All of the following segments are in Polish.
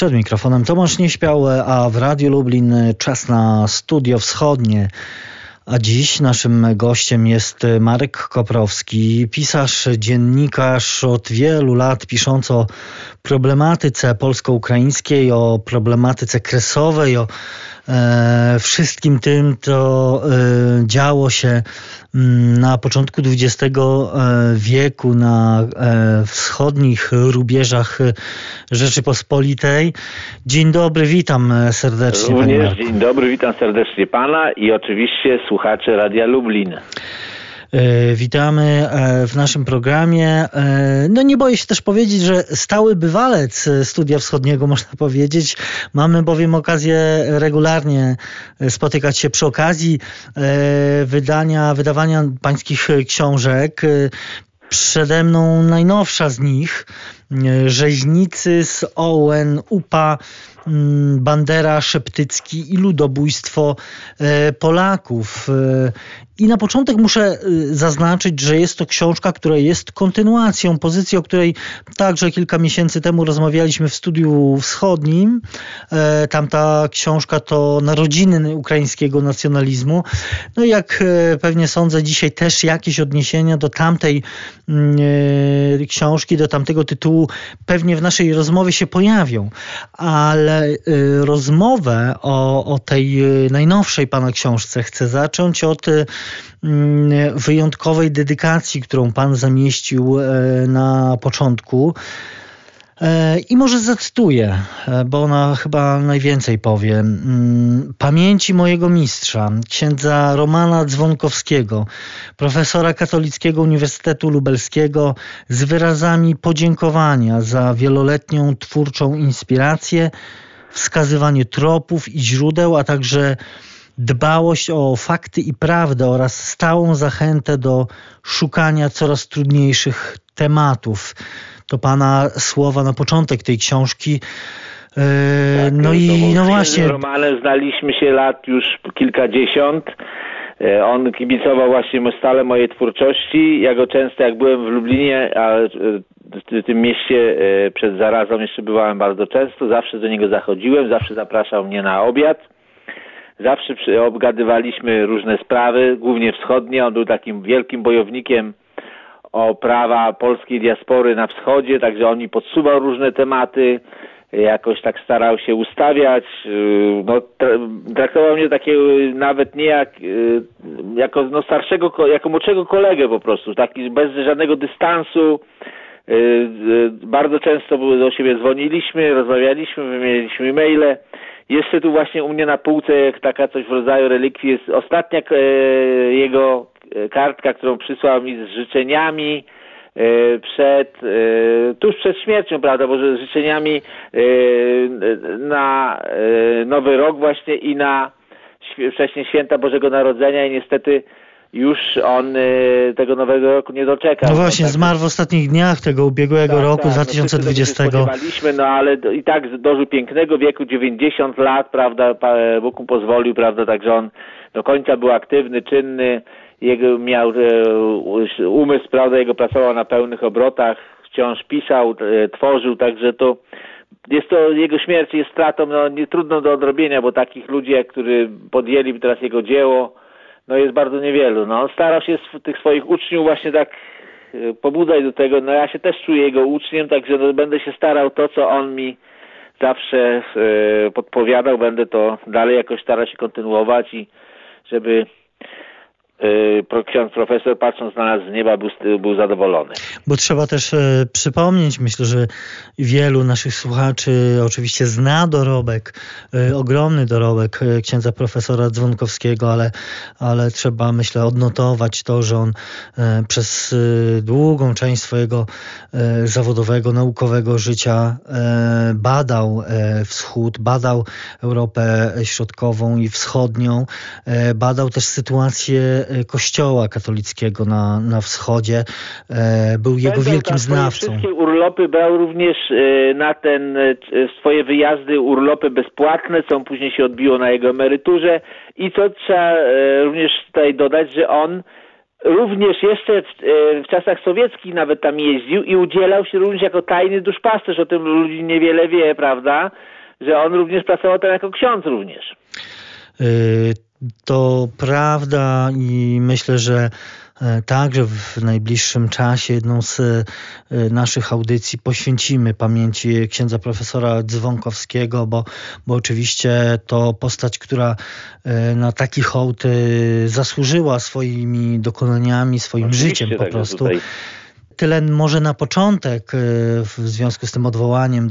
Przed mikrofonem Tomasz Nieśpiał, a w Radiu Lublin czas na Studio Wschodnie. A dziś naszym gościem jest Marek Koprowski, pisarz, dziennikarz, od wielu lat piszący o problematyce polsko-ukraińskiej, o problematyce kresowej, o wszystkim tym, co działo się na początku XX wieku na wschodnich rubieżach Rzeczypospolitej. Dzień dobry, witam serdecznie. Również dzień dobry, witam serdecznie pana i oczywiście słuchaczy Radia Lublin. Witamy w naszym programie. No nie boję się też powiedzieć, że stały bywalec Studia Wschodniego, można powiedzieć. Mamy bowiem okazję regularnie spotykać się przy okazji wydawania pańskich książek. Przede mną najnowsza z nich, Rzeźnicy z OUN, UPA, Bandera, Szeptycki i ludobójstwo Polaków. I na początek muszę zaznaczyć, że jest to książka, która jest kontynuacją pozycji, o której także kilka miesięcy temu rozmawialiśmy w Studiu Wschodnim. Tamta książka to Narodziny ukraińskiego nacjonalizmu. No i jak pewnie sądzę, dzisiaj też jakieś odniesienia do tamtej książki, do tamtego tytułu pewnie w naszej rozmowie się pojawią. Ale rozmowę o tej najnowszej pana książce chcę zacząć od wyjątkowej dedykacji, którą pan zamieścił na początku. I może zacytuję, bo ona chyba najwięcej powie. Pamięci mojego mistrza, księdza Romana Dzwonkowskiego, profesora Katolickiego Uniwersytetu Lubelskiego, z wyrazami podziękowania za wieloletnią twórczą inspirację, wskazywanie tropów i źródeł, a także dbałość o fakty i prawdę oraz stałą zachętę do szukania coraz trudniejszych tematów. To pana słowa na początek tej książki. Tak, no właśnie. Z Romanem znaliśmy się lat już kilkadziesiąt. On kibicował właśnie stale mojej twórczości. Ja go często, jak byłem w Lublinie, a w tym mieście przed zarazą jeszcze bywałem bardzo często, zawsze do niego zachodziłem, zawsze zapraszał mnie na obiad. Zawsze obgadywaliśmy różne sprawy, głównie wschodnie. On był takim wielkim bojownikiem o prawa polskiej diaspory na wschodzie, także on mi podsuwał różne tematy, jakoś tak starał się ustawiać. No, traktował mnie takiego nawet nie jako starszego, jako młodszego kolegę po prostu, taki bez żadnego dystansu. Bardzo często do siebie dzwoniliśmy, rozmawialiśmy, wymieniliśmy e-maile. Jeszcze tu właśnie u mnie na półce taka coś w rodzaju relikwii jest ostatnia jego kartka, którą przysłał mi z życzeniami tuż przed śmiercią, prawda, bo z życzeniami na Nowy Rok właśnie i na wcześniej Święta Bożego Narodzenia i niestety już on tego Nowego Roku nie doczekał. No właśnie, zmarł w ostatnich dniach tego ubiegłego roku 2020. No spodziewaliśmy, no ale i tak dożył pięknego wieku, 90 lat, prawda, Bóg mu pozwolił, prawda, także on do końca był aktywny, czynny, miał umysł, prawda, jego pracował na pełnych obrotach, wciąż pisał, tworzył, także to jego śmierć jest stratą, no nie trudno do odrobienia, bo takich ludzi, którzy podjęli teraz jego dzieło, no jest bardzo niewielu. No, on starał się tych swoich uczniów właśnie tak pobudzać do tego. No ja się też czuję jego uczniem, także no, będę się starał to, co on mi zawsze podpowiadał, będę to dalej jakoś starał się kontynuować i żeby ksiądz profesor, patrząc na nas z nieba, był zadowolony. Bo trzeba też przypomnieć, myślę, że wielu naszych słuchaczy oczywiście zna dorobek, ogromny dorobek księdza profesora Dzwonkowskiego, ale trzeba, myślę, odnotować to, że on przez długą część swojego zawodowego, naukowego życia badał wschód, badał Europę Środkową i Wschodnią, badał też sytuację Kościoła katolickiego na wschodzie. Był jego wielkim znawcą. Wszystkie urlopy brał również na swoje wyjazdy, urlopy bezpłatne, co później się odbiło na jego emeryturze. I co trzeba również tutaj dodać, że on również jeszcze w czasach sowieckich nawet tam jeździł i udzielał się również jako tajny duszpasterz. O tym ludzi niewiele wie, prawda? Że on również pracował tam jako ksiądz również. To prawda i myślę, że także w najbliższym czasie jedną z naszych audycji poświęcimy pamięci księdza profesora Dzwonkowskiego, bo oczywiście to postać, która na taki hołd zasłużyła swoimi dokonaniami, swoim oczywiście, życiem po prostu. Tutaj. Tyle może na początek w związku z tym odwołaniem,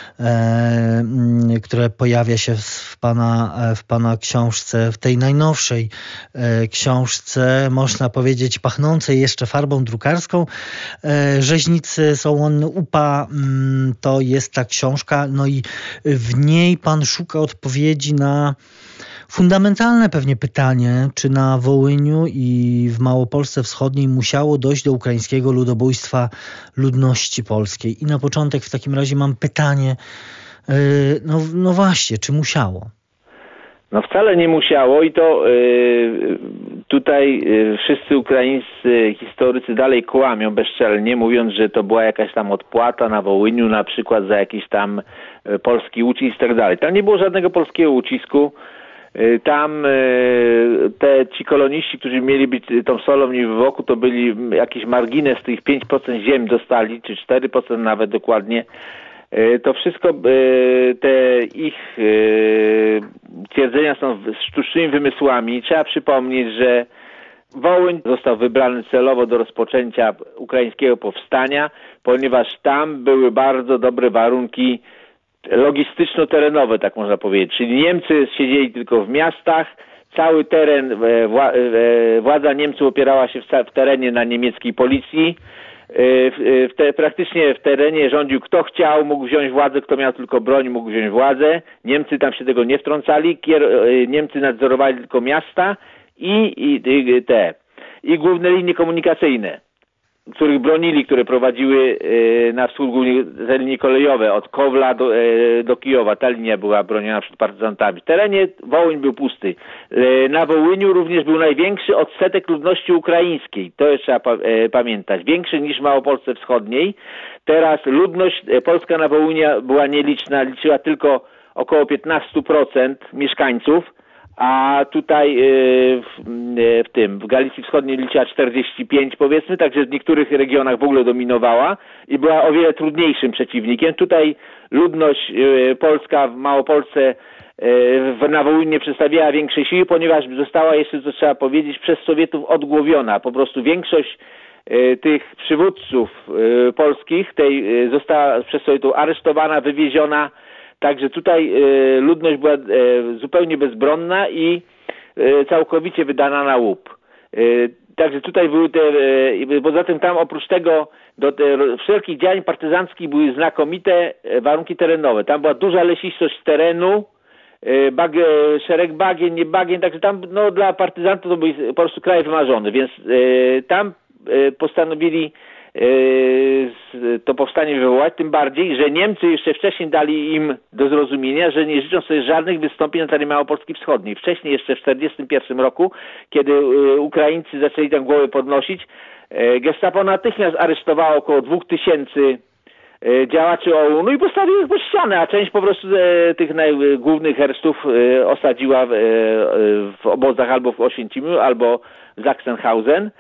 które pojawia się w pana książce, w tej najnowszej książce, można powiedzieć pachnącej jeszcze farbą drukarską. Rzeźnicy Sołonny UPA to jest ta książka, no i w niej pan szuka odpowiedzi na fundamentalne pewnie pytanie, czy na Wołyniu i w Małopolsce Wschodniej musiało dojść do ukraińskiego ludobójstwa ludności polskiej. I na początek w takim razie mam pytanie, no właśnie, czy musiało? No wcale nie musiało i to tutaj wszyscy ukraińscy historycy dalej kłamią bezczelnie, mówiąc, że to była jakaś tam odpłata na Wołyniu na przykład za jakiś tam polski ucisk i tak dalej. Tam nie było żadnego polskiego ucisku. Tam ci koloniści, którzy mieli być tą solą niby wokół, to byli jakiś margines, tych 5% ziem dostali, czy 4% nawet dokładnie. To wszystko, te ich twierdzenia są sztucznymi wymysłami. Trzeba przypomnieć, że Wołyń został wybrany celowo do rozpoczęcia ukraińskiego powstania, ponieważ tam były bardzo dobre warunki logistyczno-terenowe, tak można powiedzieć. Czyli Niemcy siedzieli tylko w miastach, cały teren, władza Niemców opierała się w terenie na niemieckiej policji. Praktycznie w terenie rządził kto chciał, mógł wziąć władzę, kto miał tylko broń, mógł wziąć władzę. Niemcy tam się tego nie wtrącali, Niemcy nadzorowali tylko miasta i główne linie komunikacyjne, których bronili, które prowadziły na wschód głównie te linie kolejowe, od Kowla do Kijowa. Ta linia była broniona przed partyzantami. W terenie Wołyń był pusty. Na Wołyniu również był największy odsetek ludności ukraińskiej. To jeszcze trzeba pamiętać. Większy niż w Małopolsce Wschodniej. Teraz ludność polska na Wołyniu była nieliczna. Liczyła tylko około 15% mieszkańców. A tutaj w Galicji Wschodniej liczyła 45 powiedzmy, także w niektórych regionach w ogóle dominowała i była o wiele trudniejszym przeciwnikiem. Tutaj ludność polska w Małopolsce na Wołyniu przedstawiała większej siły, ponieważ została jeszcze, co trzeba powiedzieć, przez Sowietów odgłowiona. Po prostu większość tych przywódców polskich została przez Sowietów aresztowana, wywieziona. Także tutaj ludność była zupełnie bezbronna i całkowicie wydana na łup. Także tutaj były poza tym tam oprócz tego do wszelkich działań partyzanckich były znakomite warunki terenowe. Tam była duża lesistość terenu, szereg bagien, nie bagien, także tam dla partyzantów to był po prostu kraj wymarzony, więc tam postanowili to powstanie wywołać, tym bardziej, że Niemcy jeszcze wcześniej dali im do zrozumienia, że nie życzą sobie żadnych wystąpień na terenie Małopolski Wschodniej. Wcześniej jeszcze w 1941 roku, kiedy Ukraińcy zaczęli tam głowę podnosić, Gestapo natychmiast aresztowało około 2000 działaczy OUN-u i postawił ich pod ścianę, a część po prostu tych głównych herstów osadziła w obozach albo w Oświęcimiu, albo w Sachsenhausen.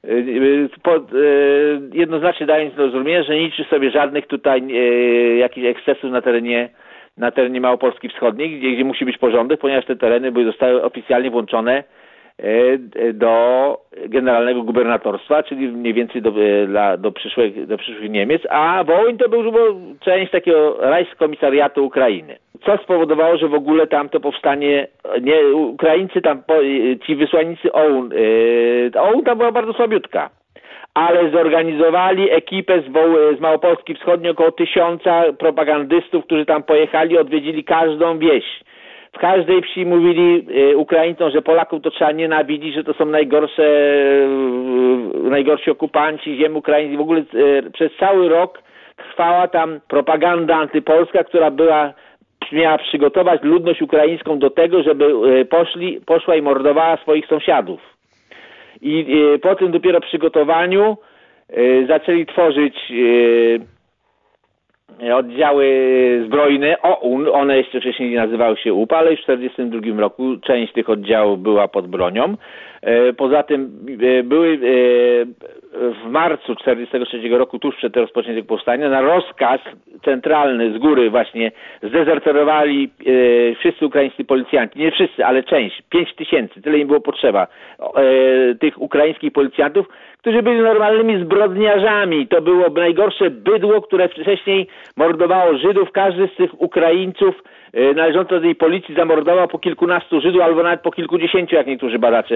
Jednoznacznie dając do zrozumienia, że nie liczy sobie żadnych tutaj jakichś ekscesów na terenie Małopolski Wschodniej, gdzie musi być porządek, ponieważ te tereny zostały oficjalnie włączone do generalnego gubernatorstwa, czyli mniej więcej do przyszłych Niemiec, a Wołyń to był część takiego Reichskomisariatu Ukrainy. Co spowodowało, że w ogóle tam to powstanie, Ukraińcy tam, ci wysłannicy OUN tam była bardzo słabiutka, ale zorganizowali ekipę z Małopolski Wschodniej, około 1000 propagandystów, którzy tam pojechali, odwiedzili każdą wieś. W każdej wsi mówili Ukraińcom, że Polaków to trzeba nienawidzić, że to są najgorsi okupanci ziem ukraińskich. W ogóle przez cały rok trwała tam propaganda antypolska, która miała przygotować ludność ukraińską do tego, żeby poszła i mordowała swoich sąsiadów. I po tym dopiero przygotowaniu zaczęli tworzyć oddziały zbrojne OUN, one jeszcze wcześniej nazywały się UPA, ale już w 1942 roku część tych oddziałów była pod bronią. Poza tym były w marcu 1943 roku, tuż przed rozpoczęciem powstania, na rozkaz centralny z góry właśnie zdezerterowali wszyscy ukraińscy policjanci, nie wszyscy, ale część, 5000, tyle im było potrzeba, tych ukraińskich policjantów, którzy byli normalnymi zbrodniarzami. To było najgorsze bydło, które wcześniej mordowało Żydów. Każdy z tych Ukraińców należący do tej policji zamordował po kilkunastu Żydów, albo nawet po kilkudziesięciu, jak niektórzy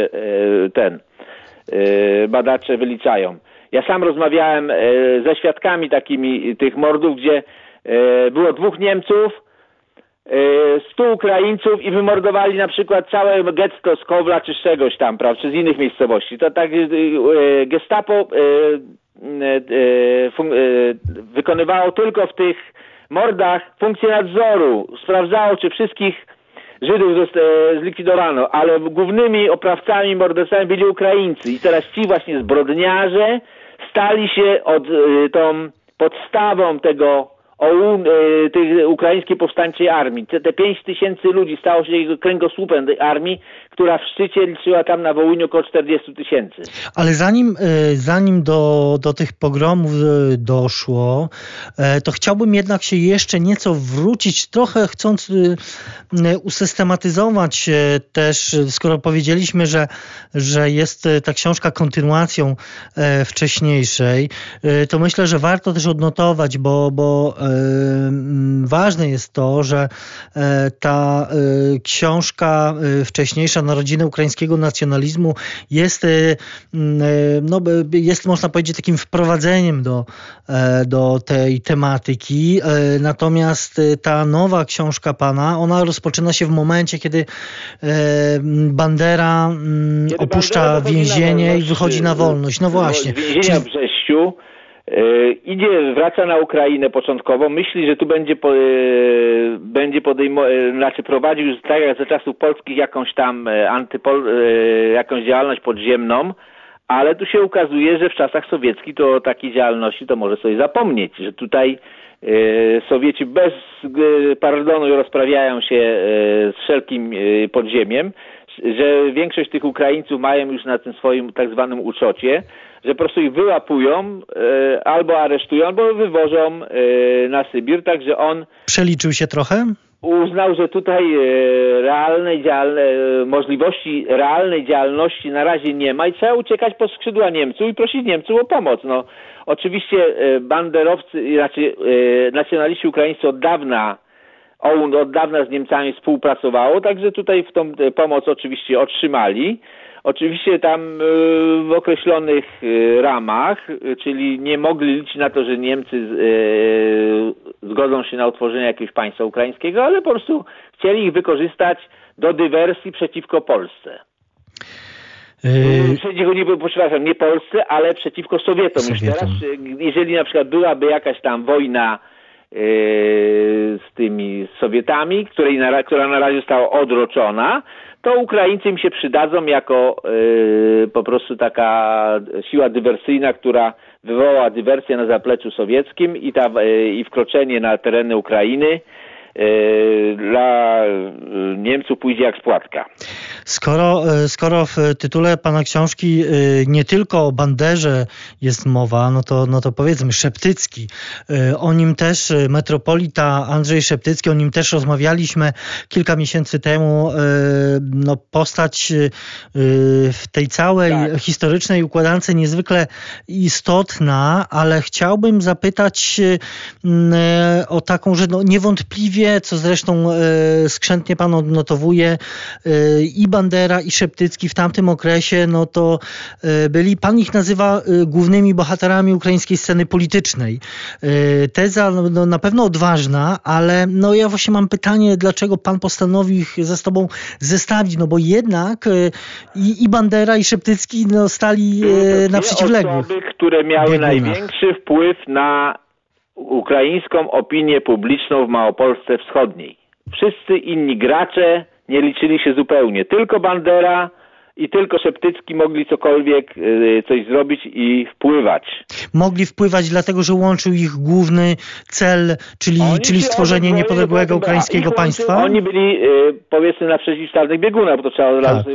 badacze wyliczają. Ja sam rozmawiałem ze świadkami takimi tych mordów, gdzie było 2 Niemców, 100 Ukraińców i wymordowali na przykład całe getto z Kowla czy z czegoś tam, prawda, czy z innych miejscowości. To tak Gestapo wykonywało tylko w tych mordach funkcję nadzoru. Sprawdzało, czy wszystkich Żydów zlikwidowano, ale głównymi oprawcami, mordercami byli Ukraińcy. I teraz ci właśnie zbrodniarze stali się tą podstawą tego tej ukraińskiej powstańczej armii. Te 5000 ludzi stało się jego kręgosłupem tej armii, która w szczycie liczyła tam na Wołyniu około 40 000. Ale zanim do tych pogromów doszło, to chciałbym jednak się jeszcze nieco wrócić, trochę chcąc usystematyzować też, skoro powiedzieliśmy, że jest ta książka kontynuacją wcześniejszej, to myślę, że warto też odnotować, bo ważne jest to, że ta książka wcześniejsza, Narodziny ukraińskiego nacjonalizmu jest, można powiedzieć, takim wprowadzeniem do tej tematyki. Natomiast ta nowa książka pana, ona rozpoczyna się w momencie, kiedy Bandera opuszcza więzienie i wychodzi na wolność. No właśnie. Z więzienia w Brześciu wraca na Ukrainę początkowo, myśli, że tu prowadził już tak jak za czasów polskich jakąś tam jakąś działalność podziemną, ale tu się ukazuje, że w czasach sowieckich to o takiej działalności to może sobie zapomnieć, że tutaj Sowieci bez pardonu rozprawiają się z wszelkim podziemiem, że większość tych Ukraińców mają już na tym swoim tak zwanym uczocie, że po prostu ich wyłapują, albo aresztują, albo wywożą na Sybir, także on przeliczył się trochę? Uznał, że tutaj możliwości realnej działalności na razie nie ma i trzeba uciekać pod skrzydła Niemców i prosić Niemców o pomoc. No, oczywiście banderowcy, nacjonaliści ukraińscy od dawna z Niemcami współpracowało, także tutaj w tą pomoc oczywiście otrzymali. Oczywiście tam w określonych ramach, czyli nie mogli liczyć na to, że Niemcy zgodzą się na utworzenie jakiegoś państwa ukraińskiego, ale po prostu chcieli ich wykorzystać do dywersji przeciwko Polsce. Nie Polsce, ale przeciwko Sowietom. Już teraz, jeżeli na przykład byłaby jakaś tam wojna z tymi Sowietami, która na razie została odroczona, to Ukraińcy im się przydadzą jako po prostu taka siła dywersyjna, która wywoła dywersję na zapleczu sowieckim i wkroczenie na tereny Ukrainy dla Niemców pójdzie jak spłatka. Skoro w tytule pana książki nie tylko o Banderze jest mowa, no to powiedzmy Szeptycki. O nim też metropolita Andrzej Szeptycki, o nim też rozmawialiśmy kilka miesięcy temu. No, postać w tej całej historycznej układance niezwykle istotna, ale chciałbym zapytać o taką, że niewątpliwie, co zresztą skrzętnie pan odnotowuje, i Bandera, i Szeptycki w tamtym okresie, no to byli, pan ich nazywa głównymi bohaterami ukraińskiej sceny politycznej. Teza na pewno odważna, ale ja właśnie mam pytanie, dlaczego pan postanowił ich ze sobą zestawić, bo jednak i Bandera, i Szeptycki stali na przeciwległych osoby, które miały biegunach. Największy wpływ na ukraińską opinię publiczną w Małopolsce Wschodniej. Wszyscy inni gracze nie liczyli się zupełnie. Tylko Bandera i tylko Szeptycki mogli coś zrobić i wpływać. Mogli wpływać dlatego, że łączył ich główny cel, czyli stworzenie niepodległego ukraińskiego państwa? Oni byli, powiedzmy, na przeciwstawnych biegunach, bo to trzeba od razu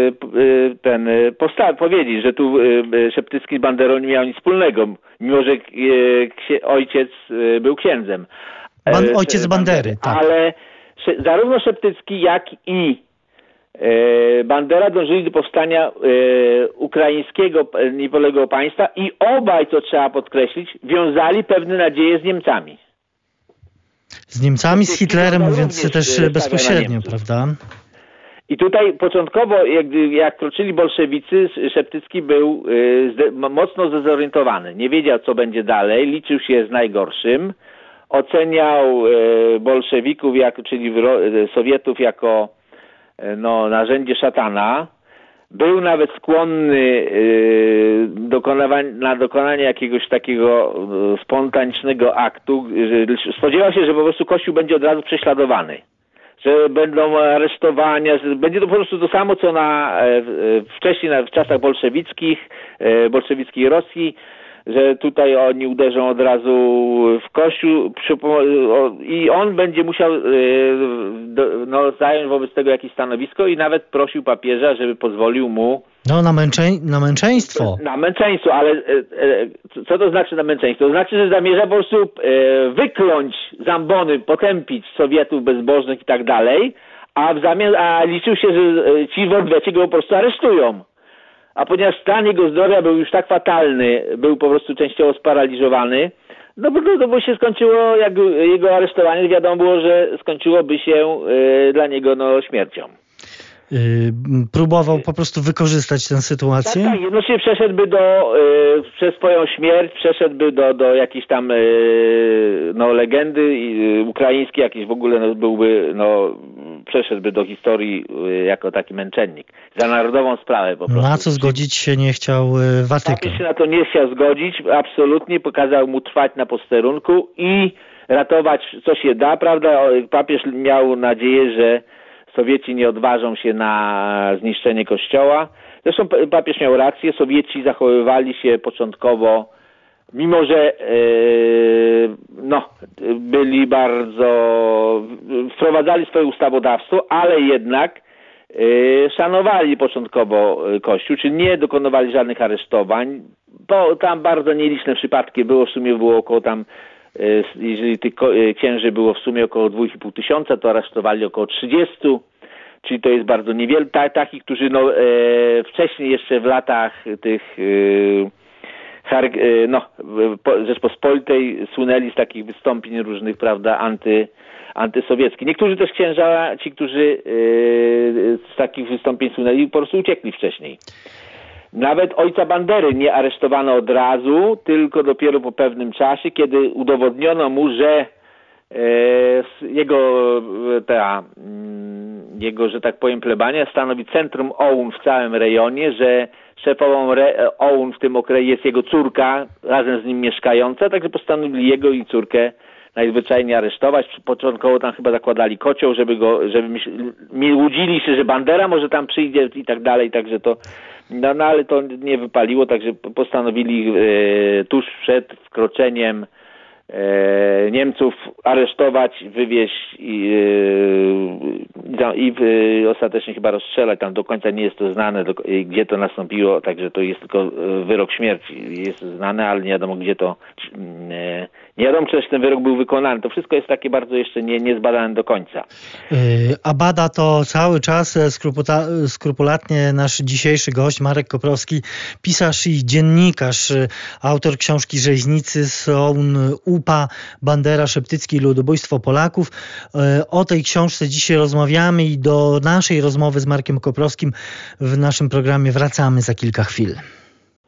powiedzieć, że tu Szeptycki z Banderą nie miał nic wspólnego, mimo że ojciec był księdzem. Ojciec Bandery, tak. Ale zarówno Szeptycki, jak i Bandera dążyli do powstania ukraińskiego niepodległego państwa i obaj, co trzeba podkreślić, wiązali pewne nadzieje z Niemcami. Z Niemcami, z Hitlerem, mówiąc też bezpośrednio, prawda? I tutaj początkowo, jak kroczyli bolszewicy, Szeptycki był mocno zdezorientowany. Nie wiedział, co będzie dalej, liczył się z najgorszym. Oceniał bolszewików, czyli Sowietów, jako narzędzie szatana. Był nawet skłonny na dokonanie jakiegoś takiego spontanicznego aktu. Spodziewał się, że po prostu Kościół będzie od razu prześladowany. Że będą aresztowania, że będzie to po prostu to samo, co wcześniej w czasach bolszewickiej Rosji, że tutaj oni uderzą od razu w Kościół i on będzie musiał zająć wobec tego jakieś stanowisko i nawet prosił papieża, żeby pozwolił mu na męczeństwo. Na męczeństwo, ale co to znaczy na męczeństwo? To znaczy, że zamierza po prostu wykląć Zambony, potępić Sowietów bezbożnych i tak dalej, a liczył się, że ci w odwecie go po prostu aresztują. A ponieważ stan jego zdrowia był już tak fatalny, był po prostu częściowo sparaliżowany, bo się skończyło, jak jego aresztowanie, wiadomo było, że skończyłoby się dla niego śmiercią. Próbował po prostu wykorzystać tę sytuację? Tak, jednocześnie przeszedłby przez swoją śmierć, przeszedłby do jakiejś tam legendy ukraińskiej, jakiejś w ogóle przeszedłby do historii jako taki męczennik. Za narodową sprawę po prostu. Na co zgodzić się nie chciał Watykan? Papież się na to nie chciał zgodzić, absolutnie pokazał mu trwać na posterunku i ratować co się da, prawda? Papież miał nadzieję, że Sowieci nie odważą się na zniszczenie Kościoła. Zresztą papież miał rację, Sowieci zachowywali się początkowo, mimo że byli wprowadzali swoje ustawodawstwo, ale jednak szanowali początkowo Kościół, czyli nie dokonywali żadnych aresztowań, bo tam bardzo nieliczne przypadki było, w sumie było około tam, jeżeli tych księży było w sumie około 2,5 tysiąca, to aresztowali około 30, czyli to jest bardzo niewiele. Takich, którzy wcześniej jeszcze w latach tych Rzeczpospolitej słynęli z takich wystąpień różnych, prawda, antysowieckich. Niektórzy też księża, ci, którzy z takich wystąpień słynęli, po prostu uciekli wcześniej. Nawet ojca Bandery nie aresztowano od razu, tylko dopiero po pewnym czasie, kiedy udowodniono mu, że jego, że tak powiem, plebania stanowi centrum OUN w całym rejonie, że szefową OUN w tym okresie jest jego córka, razem z nim mieszkająca, także postanowili jego i córkę najzwyczajniej aresztować. Początkowo tam chyba zakładali kocioł, żeby łudzili się, że Bandera może tam przyjdzie i tak dalej, także to ale to nie wypaliło, także postanowili tuż przed wkroczeniem Niemców aresztować, wywieźć i ostatecznie chyba rozstrzelać. Tam do końca nie jest to znane, gdzie to nastąpiło, także to jest tylko wyrok śmierci. Jest znane, ale nie wiadomo gdzie to, nie wiadomo czy też ten wyrok był wykonany. To wszystko jest takie bardzo jeszcze niezbadane do końca. A bada to cały czas skrupulatnie nasz dzisiejszy gość Marek Koprowski, pisarz i dziennikarz, autor książki Rzeźnicy z OUN, UPA, Bandera, Szeptycki i ludobójstwo Polaków. O tej książce dzisiaj rozmawiamy i do naszej rozmowy z Markiem Koprowskim w naszym programie wracamy za kilka chwil.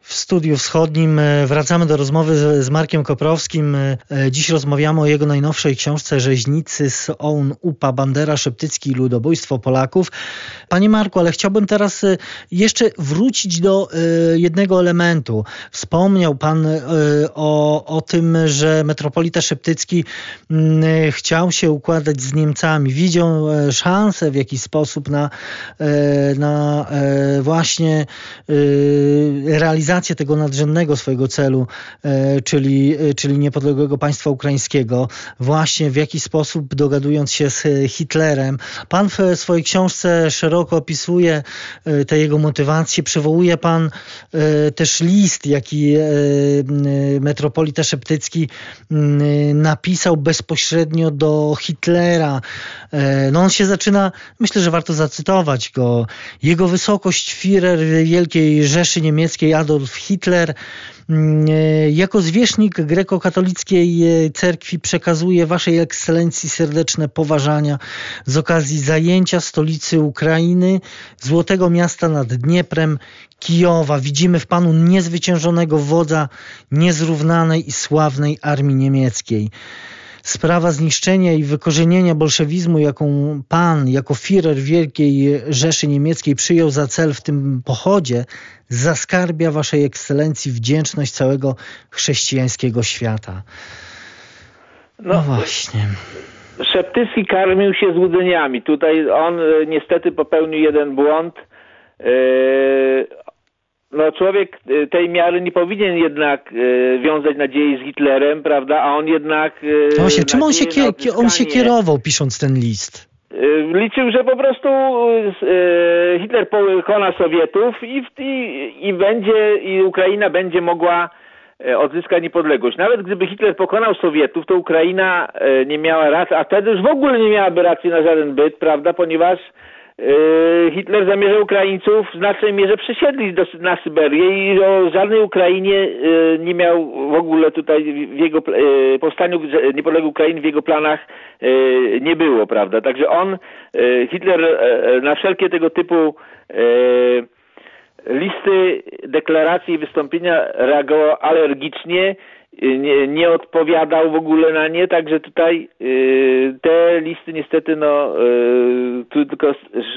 w Studiu Wschodnim. Wracamy do rozmowy z Markiem Koprowskim. Dziś rozmawiamy o jego najnowszej książce Rzeźnicy z OUN-UPA Bandera, Szeptycki i ludobójstwo Polaków. Panie Marku, ale chciałbym teraz jeszcze wrócić do jednego elementu. Wspomniał pan o tym, że metropolita Szeptycki chciał się układać z Niemcami. Widział szansę w jakiś sposób na właśnie realizację tego nadrzędnego swojego celu, czyli niepodległego państwa ukraińskiego, właśnie w jakiś sposób dogadując się z Hitlerem. Pan w swojej książce szeroko opisuje te jego motywacje. Przywołuje pan też list, jaki metropolita Szeptycki napisał bezpośrednio do Hitlera. No on się zaczyna, myślę, że warto zacytować go. Jego wysokość Führer Wielkiej Rzeszy Niemieckiej Adolf Hitler jako zwierzchnik grekokatolickiej cerkwi przekazuje Waszej Ekscelencji serdeczne poważania z okazji zajęcia stolicy Ukrainy, złotego miasta nad Dnieprem, Kijowa. Widzimy w Panu niezwyciężonego wodza niezrównanej i sławnej armii niemieckiej. Sprawa zniszczenia i wykorzenienia bolszewizmu, jaką Pan jako Führer Wielkiej Rzeszy Niemieckiej przyjął za cel w tym pochodzie, zaskarbia Waszej Ekscelencji wdzięczność całego chrześcijańskiego świata. No właśnie. Szeptycki karmił się złudzeniami. Tutaj on niestety popełnił jeden błąd. No człowiek tej miary nie powinien jednak wiązać nadziei z Hitlerem, prawda? A on jednak... Właśnie, czym on się kierował, pisząc ten list? Liczył, że po prostu Hitler pokona Sowietów i Ukraina będzie mogła odzyskać niepodległość. Nawet gdyby Hitler pokonał Sowietów, to Ukraina nie miała racji, a wtedy już w ogóle nie miałaby racji na żaden byt, prawda? Ponieważ Hitler zamierzał Ukraińców w znacznej mierze przesiedlić na Syberię i o żadnej Ukrainie nie miał w ogóle tutaj w jego powstaniu niepodległej Ukrainy w jego planach nie było, prawda? Także Hitler na wszelkie tego typu listy, deklaracje i wystąpienia reagował alergicznie, nie odpowiadał w ogóle na nie, także tutaj te listy niestety tu tylko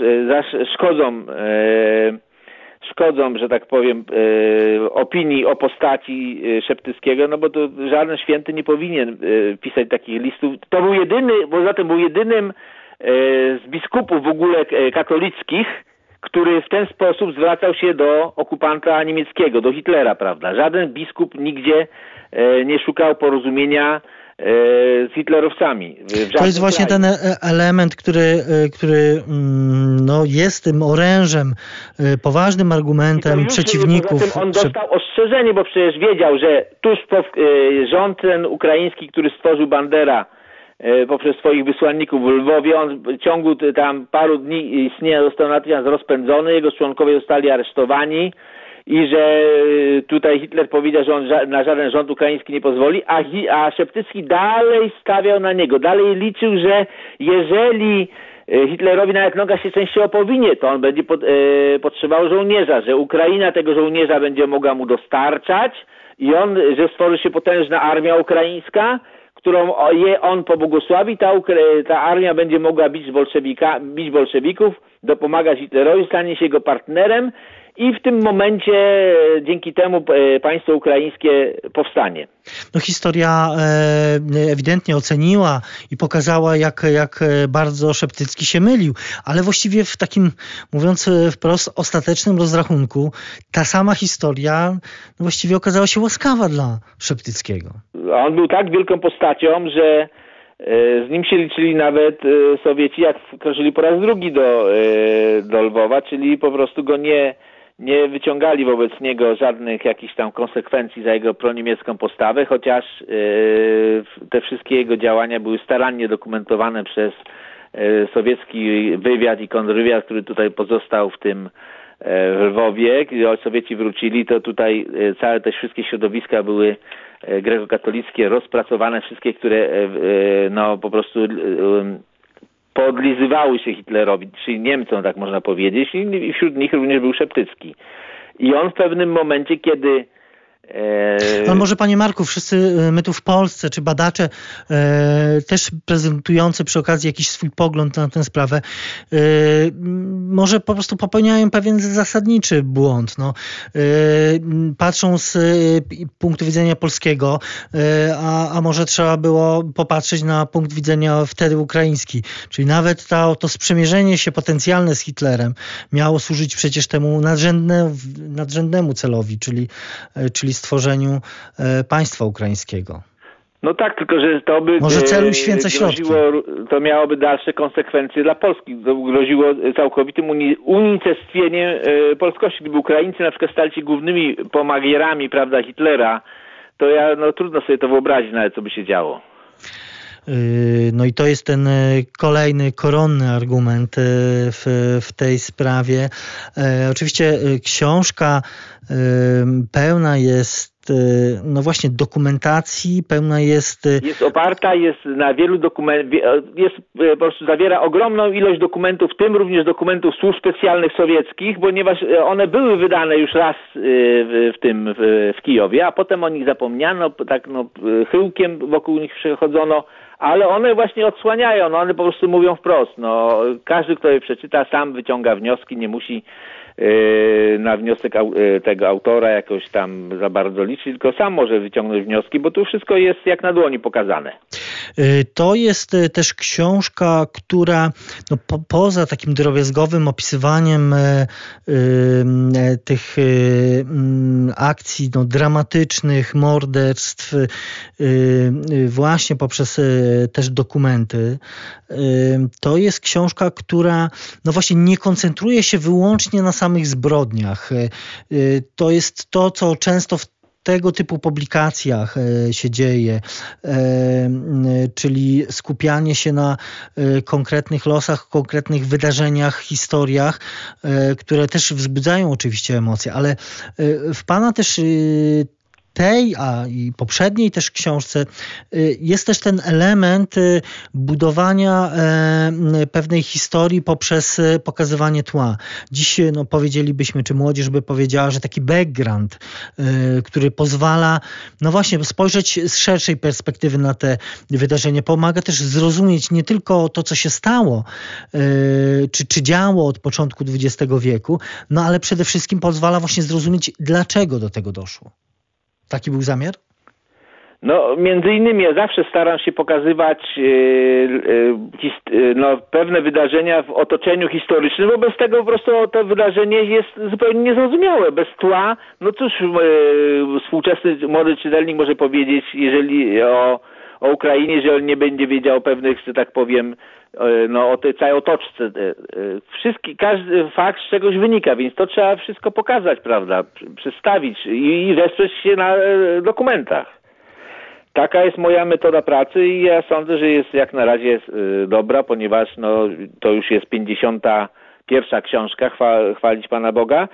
szkodzą, że tak powiem, opinii o postaci Szeptyckiego, no bo to żaden święty nie powinien pisać takich listów. To był był jedynym z biskupów w ogóle katolickich, który w ten sposób zwracał się do okupanta niemieckiego, do Hitlera, prawda? Żaden biskup nigdzie nie szukał porozumienia z hitlerowcami. To jest właśnie ten element, który jest tym orężem, poważnym argumentem przeciwników. Poza tym on dostał ostrzeżenie, bo przecież wiedział, że tuż po rząd ten ukraiński, który stworzył Bandera poprzez swoich wysłanników w Lwowie, on w ciągu tam paru dni istnienia został natychmiast rozpędzony, jego członkowie zostali aresztowani i że tutaj Hitler powiedział, że on na żaden rząd ukraiński nie pozwoli, a Szeptycki dalej stawiał na niego, dalej liczył, że jeżeli Hitlerowi nawet noga się częściowo powinie, to on będzie potrzebował żołnierza, że Ukraina tego żołnierza będzie mogła mu dostarczać i że stworzy się potężna armia ukraińska, którą on pobłogosławi, ta armia będzie mogła bić bolszewików, dopomagać Hitlerowi, stanie się jego partnerem i w tym momencie dzięki temu państwo ukraińskie powstanie. No historia ewidentnie oceniła i pokazała, jak bardzo Szeptycki się mylił, ale właściwie w takim, mówiąc wprost, ostatecznym rozrachunku ta sama historia właściwie okazała się łaskawa dla Szeptyckiego. On był tak wielką postacią, że z nim się liczyli nawet Sowieci, jak wkroczyli po raz drugi do Lwowa, czyli po prostu go nie wyciągali wobec niego żadnych jakichś tam konsekwencji za jego proniemiecką postawę, chociaż te wszystkie jego działania były starannie dokumentowane przez sowiecki wywiad i kontrwywiad, który tutaj pozostał w Lwowie. Kiedy Sowieci wrócili, to tutaj całe te wszystkie środowiska były grekokatolickie, rozpracowane, wszystkie, które po prostu podlizywały się Hitlerowi, czyli Niemcom, tak można powiedzieć, i wśród nich również był Szeptycki. I on w pewnym momencie, kiedy Ale może, panie Marku, wszyscy my tu w Polsce, czy badacze też prezentujący przy okazji jakiś swój pogląd na tę sprawę, może po prostu popełniają pewien zasadniczy błąd. No. Patrzą z punktu widzenia polskiego, a może trzeba było popatrzeć na punkt widzenia wtedy ukraiński. Czyli nawet to sprzymierzenie się potencjalne z Hitlerem miało służyć przecież temu nadrzędnemu celowi, czyli stworzeniu państwa ukraińskiego. No tak, tylko że to by może celu święca środki. To miałoby dalsze konsekwencje dla Polski. To groziło całkowitym unicestwieniem polskości. Gdyby Ukraińcy na przykład stali się głównymi pomagierami, prawda, Hitlera, to trudno sobie to wyobrazić nawet, co by się działo. No i to jest ten kolejny, koronny argument w tej sprawie. Oczywiście książka pełna jest właśnie dokumentacji, pełna jest... Jest oparta, jest na wielu dokumentach, po prostu zawiera ogromną ilość dokumentów, w tym również dokumentów służb specjalnych sowieckich, ponieważ one były wydane już raz w Kijowie, a potem o nich zapomniano, tak chyłkiem wokół nich przechodzono, ale one właśnie odsłaniają, one po prostu mówią wprost. Każdy, kto je przeczyta, sam wyciąga wnioski, nie musi na wniosek tego autora jakoś tam za bardzo liczyć, tylko sam może wyciągnąć wnioski, bo tu wszystko jest jak na dłoni pokazane. To jest też książka, która poza takim drobiazgowym opisywaniem tych akcji dramatycznych, morderstw, właśnie poprzez też dokumenty, to jest książka, która właśnie nie koncentruje się wyłącznie na samych zbrodniach. To jest to, co często w tego typu publikacjach się dzieje, czyli skupianie się na konkretnych losach, konkretnych wydarzeniach, historiach, które też wzbudzają oczywiście emocje, ale w pana też tej, a i poprzedniej też książce jest też ten element budowania pewnej historii poprzez pokazywanie tła. Dziś powiedzielibyśmy, czy młodzież by powiedziała, że taki background, który pozwala właśnie spojrzeć z szerszej perspektywy na te wydarzenia, pomaga też zrozumieć nie tylko to, co się stało, czy działo od początku XX wieku, ale przede wszystkim pozwala właśnie zrozumieć, dlaczego do tego doszło. Taki był zamiar? Między innymi ja zawsze staram się pokazywać pewne wydarzenia w otoczeniu historycznym, bo bez tego po prostu to wydarzenie jest zupełnie niezrozumiałe. Bez tła, cóż współczesny młody czytelnik może powiedzieć, jeżeli o Ukrainie, że on nie będzie wiedział pewnych, że tak powiem, o tej całej otoczce. Każdy fakt z czegoś wynika, więc to trzeba wszystko pokazać, prawda, przedstawić i wesprzeć się na dokumentach. Taka jest moja metoda pracy i ja sądzę, że jest jak na razie dobra, ponieważ to już jest 51. książka, chwalić Pana Boga.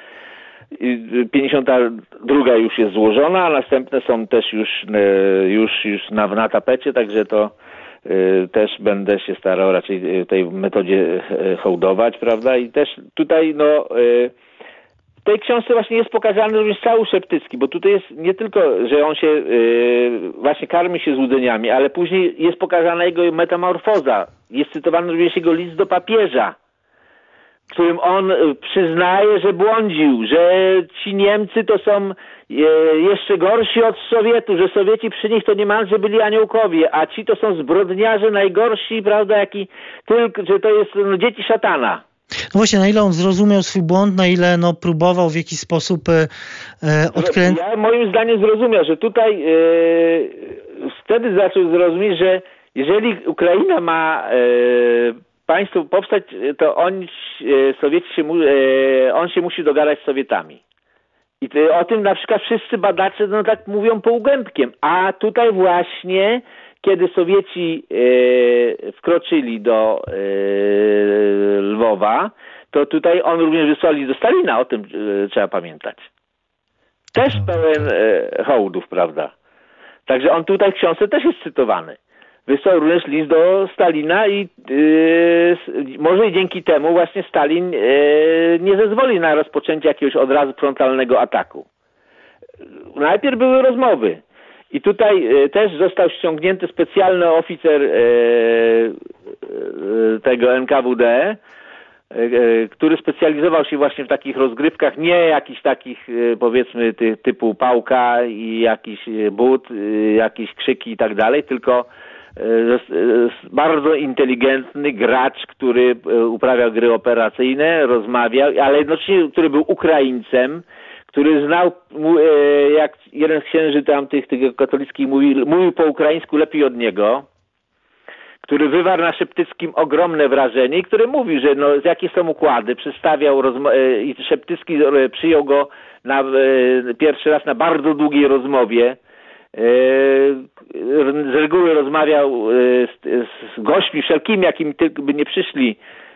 52. już jest złożona, a następne są też już na tapecie, także to też będę się starał raczej tej metodzie hołdować, prawda? I też tutaj w tej książce właśnie jest pokazany również cały Szeptycki, bo tutaj jest nie tylko, że on się właśnie karmi się złudzeniami, ale później jest pokazana jego metamorfoza. Jest cytowany również jego list do papieża, w którym on przyznaje, że błądził, że ci Niemcy to są jeszcze gorsi od Sowietów, że Sowieci przy nich to niemalże byli aniołkowie, a ci to są zbrodniarze najgorsi, prawda, że to jest dzieci szatana. Właśnie, na ile on zrozumiał swój błąd, na ile próbował w jakiś sposób odkręcić... Ja moim zdaniem zrozumiał, że tutaj wtedy zaczął zrozumieć, że jeżeli Ukraina ma państwo powstać, to on się musi dogadać z Sowietami. I o tym na przykład wszyscy badacze tak mówią półgębkiem. A tutaj właśnie, kiedy Sowieci wkroczyli do Lwowa, to tutaj on również wysłał list do Stalina, o tym trzeba pamiętać. Też pełen hołdów, prawda? Także on tutaj w książce też jest cytowany. Wysłał również list do Stalina i może i dzięki temu właśnie Stalin nie zezwoli na rozpoczęcie jakiegoś od razu frontalnego ataku. Najpierw były rozmowy. I tutaj też został ściągnięty specjalny oficer tego NKWD, który specjalizował się właśnie w takich rozgrywkach, nie jakichś takich powiedzmy typu pałka i jakiś but, jakieś krzyki i tak dalej, tylko bardzo inteligentny gracz, który uprawiał gry operacyjne, rozmawiał, ale jednocześnie, który był Ukraińcem, który znał, jak jeden z księży tamtych katolickich mówił po ukraińsku lepiej od niego, który wywarł na Szeptyckim ogromne wrażenie i który mówił, że jakie są układy, przedstawiał i Szeptycki przyjął go pierwszy raz na bardzo długiej rozmowie. Z reguły rozmawiał z gośćmi wszelkimi, jakimi tylko by nie przyszli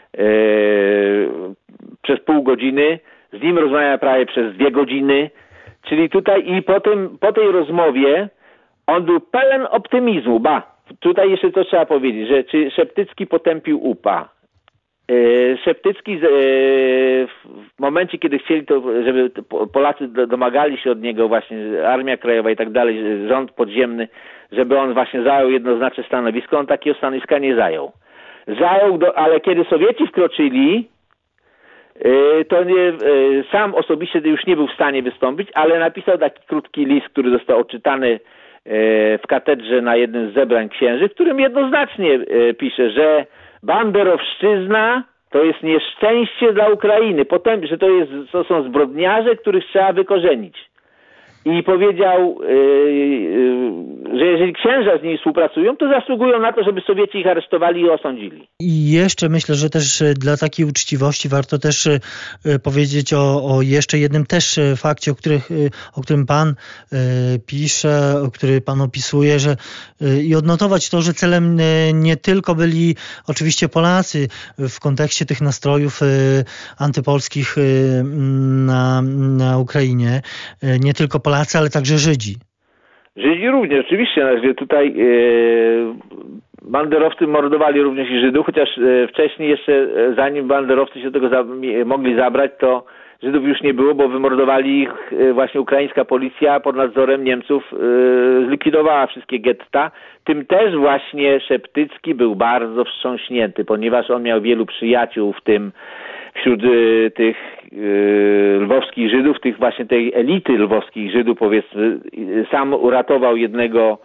przez pół godziny. Z nim rozmawiał prawie przez 2 godziny. Czyli tutaj i po tej rozmowie on był pełen optymizmu. Tutaj jeszcze to trzeba powiedzieć, że czy Szeptycki potępił UPA. Szeptycki w momencie, kiedy chcieli to, żeby Polacy domagali się od niego właśnie, Armia Krajowa i tak dalej, rząd podziemny, żeby on właśnie zajął jednoznaczne stanowisko, on takiego stanowiska nie zajął. Ale kiedy Sowieci wkroczyli, to sam osobiście już nie był w stanie wystąpić, ale napisał taki krótki list, który został odczytany w katedrze na jednym z zebrań księży, w którym jednoznacznie pisze, że banderowszczyzna to jest nieszczęście dla Ukrainy, że to są zbrodniarze, których trzeba wykorzenić. I powiedział, że jeżeli księża z nimi współpracują, to zasługują na to, żeby Sowieci ich aresztowali i osądzili. I jeszcze myślę, że też dla takiej uczciwości warto też powiedzieć o jeszcze jednym też fakcie, o którym pan pisze, który pan opisuje, i odnotować to, że celem nie tylko byli oczywiście Polacy w kontekście tych nastrojów antypolskich na Ukrainie, nie tylko Polacy, ale także Żydzi. Żydzi również, oczywiście. Tutaj banderowcy mordowali również i Żydów, chociaż wcześniej jeszcze, zanim banderowcy się do tego mogli zabrać, to Żydów już nie było, bo wymordowali ich właśnie ukraińska policja pod nadzorem Niemców, zlikwidowała wszystkie getta. Tym też właśnie Szeptycki był bardzo wstrząśnięty, ponieważ on miał wielu przyjaciół wśród tych lwowskich Żydów, tej elity lwowskich Żydów, powiedzmy. Sam uratował jednego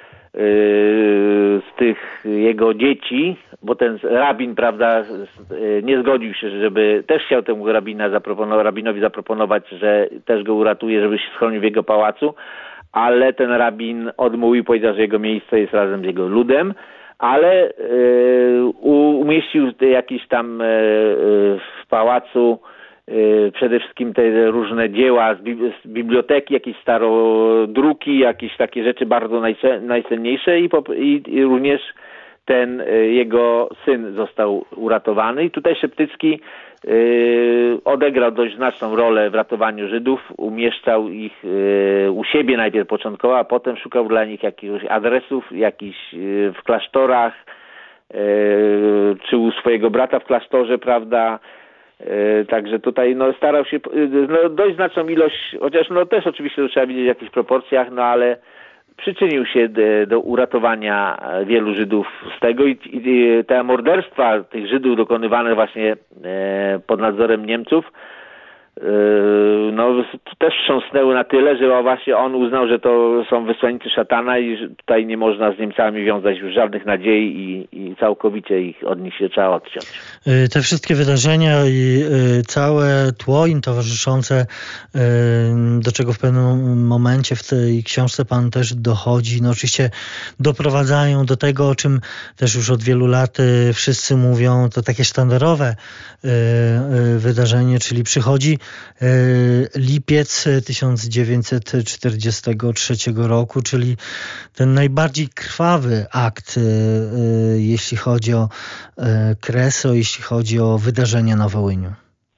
z tych jego dzieci, bo ten rabin, prawda, nie zgodził się, też chciał temu rabinowi zaproponować, że też go uratuje, żeby się schronił w jego pałacu, ale ten rabin odmówił, powiedział, że jego miejsce jest razem z jego ludem, ale umieścił jakieś tam w pałacu przede wszystkim te różne dzieła z biblioteki, jakieś starodruki, jakieś takie rzeczy bardzo najcenniejsze i również ten jego syn został uratowany. I tutaj Szeptycki odegrał dość znaczną rolę w ratowaniu Żydów, umieszczał ich u siebie najpierw początkowo, a potem szukał dla nich jakichś adresów, w klasztorach, czy u swojego brata w klasztorze, prawda. Także tutaj starał się dość znaczną ilość, chociaż też oczywiście to trzeba widzieć w jakichś proporcjach, ale przyczynił się do uratowania wielu Żydów z tego i te morderstwa tych Żydów dokonywane właśnie pod nadzorem Niemców też wstrząsnęły na tyle, że właśnie on uznał, że to są wysłannicy szatana i że tutaj nie można z Niemcami wiązać już żadnych nadziei i całkowicie od nich się trzeba odciąć. Te wszystkie wydarzenia i całe tło im towarzyszące, do czego w pewnym momencie w tej książce pan też dochodzi, oczywiście doprowadzają do tego, o czym też już od wielu lat wszyscy mówią, to takie sztandarowe wydarzenie, czyli przychodzi lipiec 1943 roku, czyli ten najbardziej krwawy akt, jeśli chodzi o Kreso, jeśli chodzi o wydarzenia na Wołyniu.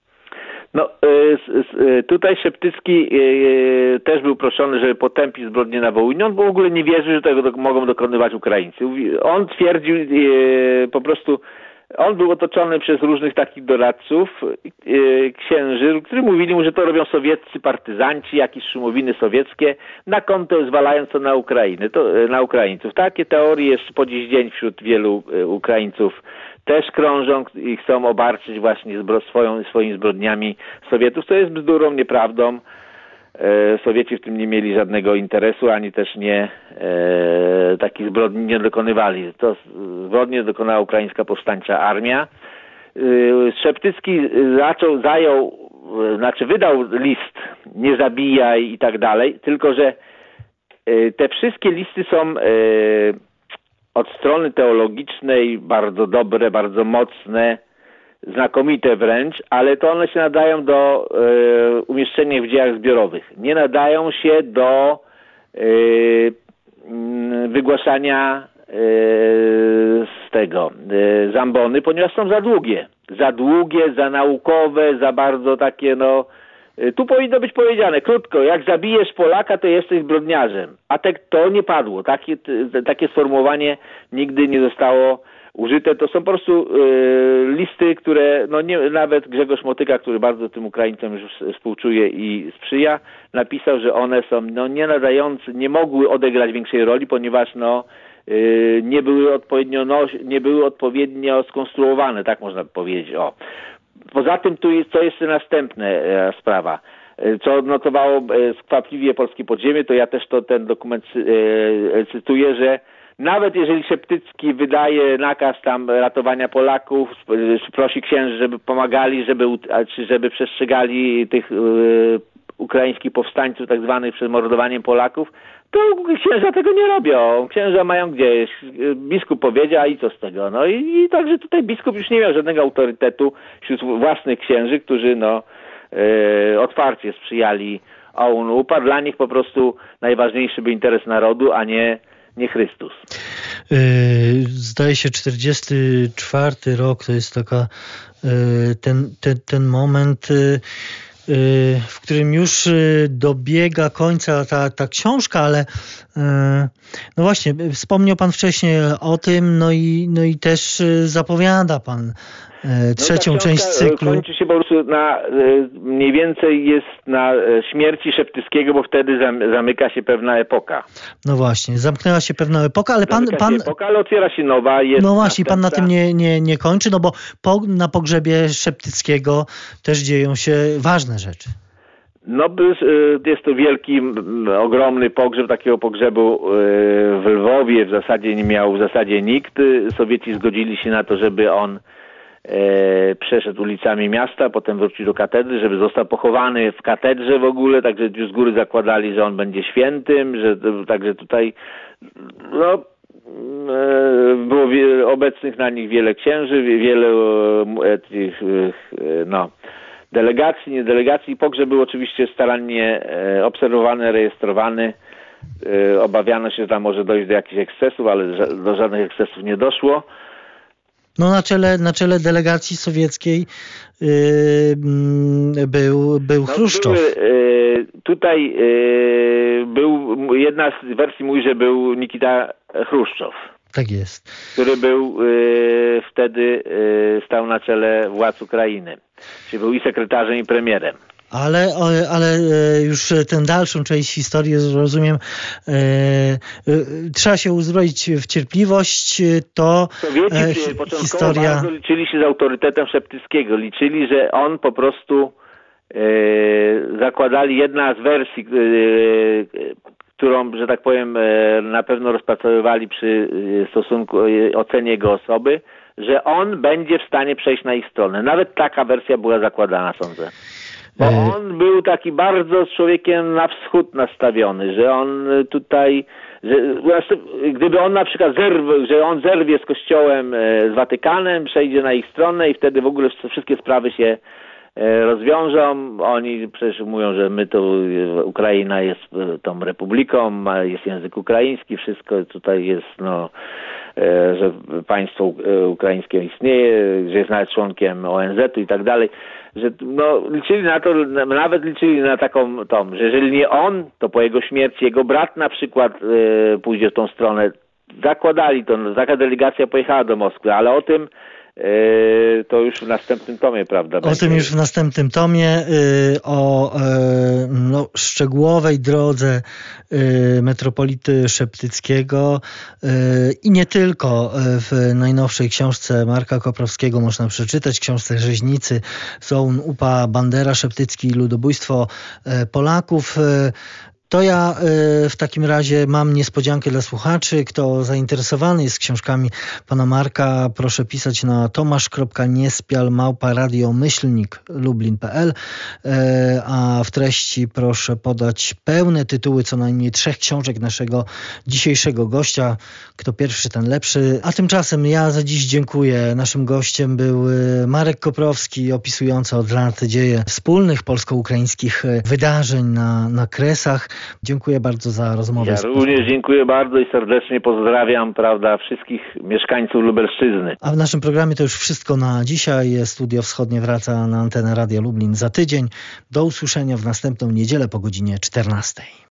Tutaj Szeptycki też był proszony, żeby potępić zbrodnie na Wołyniu. On w ogóle nie wierzył, że tego mogą dokonywać Ukraińcy. On twierdził po prostu, on był otoczony przez różnych takich doradców, księży, którzy mówili mu, że to robią sowieccy partyzanci, jakieś szumowiny sowieckie, na konto zwalając to na Ukraińców. Takie teorie jeszcze po dziś dzień wśród wielu Ukraińców też krążą i chcą obarczyć właśnie swoimi zbrodniami Sowietów, co jest bzdurą, nieprawdą. Sowieci w tym nie mieli żadnego interesu, ani też takich zbrodni nie dokonywali. To zbrodnie dokonała ukraińska powstańcza armia. Szeptycki wydał list nie zabijaj i tak dalej, tylko że te wszystkie listy są od strony teologicznej bardzo dobre, bardzo mocne, znakomite wręcz, ale to one się nadają do umieszczenia w dziełach zbiorowych. Nie nadają się do wygłaszania zambony, ponieważ są za długie. Za długie, za naukowe, za bardzo takie tu powinno być powiedziane krótko, jak zabijesz Polaka, to jesteś zbrodniarzem. A to nie padło. Takie sformułowanie nigdy nie zostało użyte. To są po prostu listy, które nawet Grzegorz Motyka, który bardzo tym Ukraińcom już współczuje i sprzyja, napisał, że one są nie nadające, nie mogły odegrać większej roli, ponieważ nie były odpowiednio skonstruowane, tak można powiedzieć. Poza tym tu jest jeszcze następna sprawa. Co odnotowało skwapliwie polskie podziemie, to ja też ten dokument cytuję, że nawet jeżeli Szeptycki wydaje nakaz tam ratowania Polaków, prosi księży, żeby pomagali, żeby przestrzegali tych ukraińskich powstańców tak zwanych przed mordowaniem Polaków, to księża tego nie robią. Księża mają gdzieś. Biskup powiedział, a i co z tego? I także tutaj biskup już nie miał żadnego autorytetu wśród własnych księży, którzy otwarcie sprzyjali OUN-UPA. Dla nich po prostu najważniejszy był interes narodu, a nie Chrystus. Zdaje się 44 rok to jest taka ten moment, w którym już dobiega końca ta książka, ale no właśnie, wspomniał Pan wcześniej o tym, no i też zapowiada Pan trzecią część cyklu. Kończy się po prostu mniej więcej jest na śmierci Szeptyckiego, bo wtedy zamyka się pewna epoka. No właśnie, zamknęła się pewna epoka, ale ale otwiera się nowa. No właśnie, Pan na tym nie kończy, no bo na pogrzebie Szeptyckiego też dzieją się ważne rzeczy. Jest to wielki, ogromny pogrzeb. Takiego pogrzebu w Lwowie w zasadzie nie miał nikt. Sowieci zgodzili się na to, żeby on przeszedł ulicami miasta, potem wrócił do katedry, żeby został pochowany w katedrze w ogóle, także już z góry zakładali, że on będzie świętym, także tutaj było obecnych na nich wiele księży, wiele delegacji, nie delegacji. Pogrzeb był oczywiście starannie obserwowany, rejestrowany. Obawiano się, że tam może dojść do jakichś ekscesów, ale do żadnych ekscesów nie doszło. No na czele delegacji sowieckiej był Chruszczow. Tutaj jedna z wersji mówi, że był Nikita Chruszczow. Tak jest. Który był wtedy stał na czele władz Ukrainy. Czyli był i sekretarzem, i premierem. Ale już tę dalszą część historii, rozumiem, trzeba się uzbroić w cierpliwość, to Sowieci początkowo bardzo liczyli się z autorytetem Szeptyckiego. Liczyli, że on po prostu zakładali, jedna z wersji, którą, że tak powiem, na pewno rozpracowywali przy ocenie jego osoby, że on będzie w stanie przejść na ich stronę. Nawet taka wersja była zakładana, sądzę. Bo on był taki bardzo człowiekiem na wschód nastawiony, że on tutaj, gdyby on na przykład zerwie z Kościołem, z Watykanem, przejdzie na ich stronę i wtedy w ogóle wszystkie sprawy się rozwiążą. Oni przecież mówią, że Ukraina jest tą republiką, jest język ukraiński, wszystko tutaj jest, że państwo ukraińskie istnieje, że jest nawet członkiem ONZ-u i tak dalej, że liczyli na to, nawet liczyli na taką że jeżeli nie on, to po jego śmierci jego brat na przykład pójdzie w tą stronę. Zakładali to, taka delegacja pojechała do Moskwy, ale o tym to już w następnym tomie, prawda? O tym już w następnym tomie, o szczegółowej drodze metropolity Szeptyckiego i nie tylko. W najnowszej książce Marka Koprowskiego można przeczytać, książce Rzeźnicy, Zoun, UPA, Bandera, Szeptycki i ludobójstwo Polaków. To ja w takim razie mam niespodziankę dla słuchaczy. Kto zainteresowany jest książkami pana Marka, proszę pisać na tomasz.niespial@radiomyślnik.lublin.pl, a w treści proszę podać pełne tytuły co najmniej 3 książek naszego dzisiejszego gościa. Kto pierwszy, ten lepszy. A tymczasem ja za dziś dziękuję. Naszym gościem był Marek Koprowski, opisujący od lat dzieje wspólnych polsko-ukraińskich wydarzeń na Kresach. Dziękuję bardzo za rozmowę. Ja również dziękuję bardzo i serdecznie pozdrawiam, wszystkich mieszkańców Lubelszczyzny. A w naszym programie to już wszystko na dzisiaj. Studio Wschodnie wraca na antenę Radia Lublin za tydzień. Do usłyszenia w następną niedzielę po godzinie 14.